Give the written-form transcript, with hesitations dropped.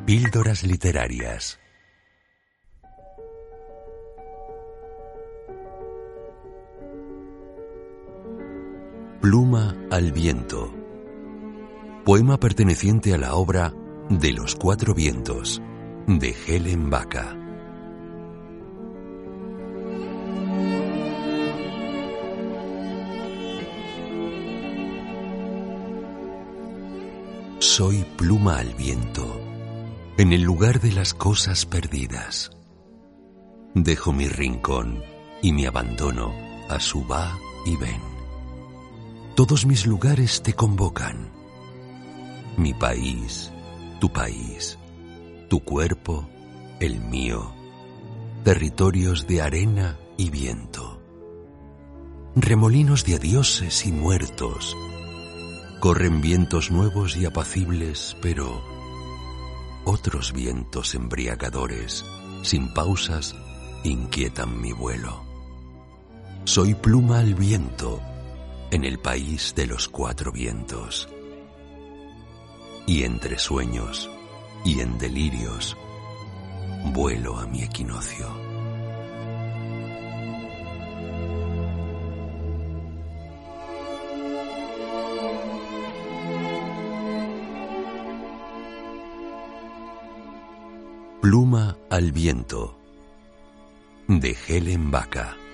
Píldoras literarias. Pluma al viento. Poema perteneciente a la obra De los cuatro vientos, de Helen Baca. Soy pluma al viento, en el lugar de las cosas perdidas. Dejo mi rincón y me abandono a su va y ven. Todos mis lugares te convocan. Mi país, tu cuerpo, el mío, territorios de arena y viento. Remolinos de adioses y muertos. Corren vientos nuevos y apacibles, pero otros vientos embriagadores, sin pausas, inquietan mi vuelo. Soy pluma al viento, en el país de los cuatro vientos. Y entre sueños y en delirios, vuelo a mi equinoccio. Pluma al viento, de Helen Baca.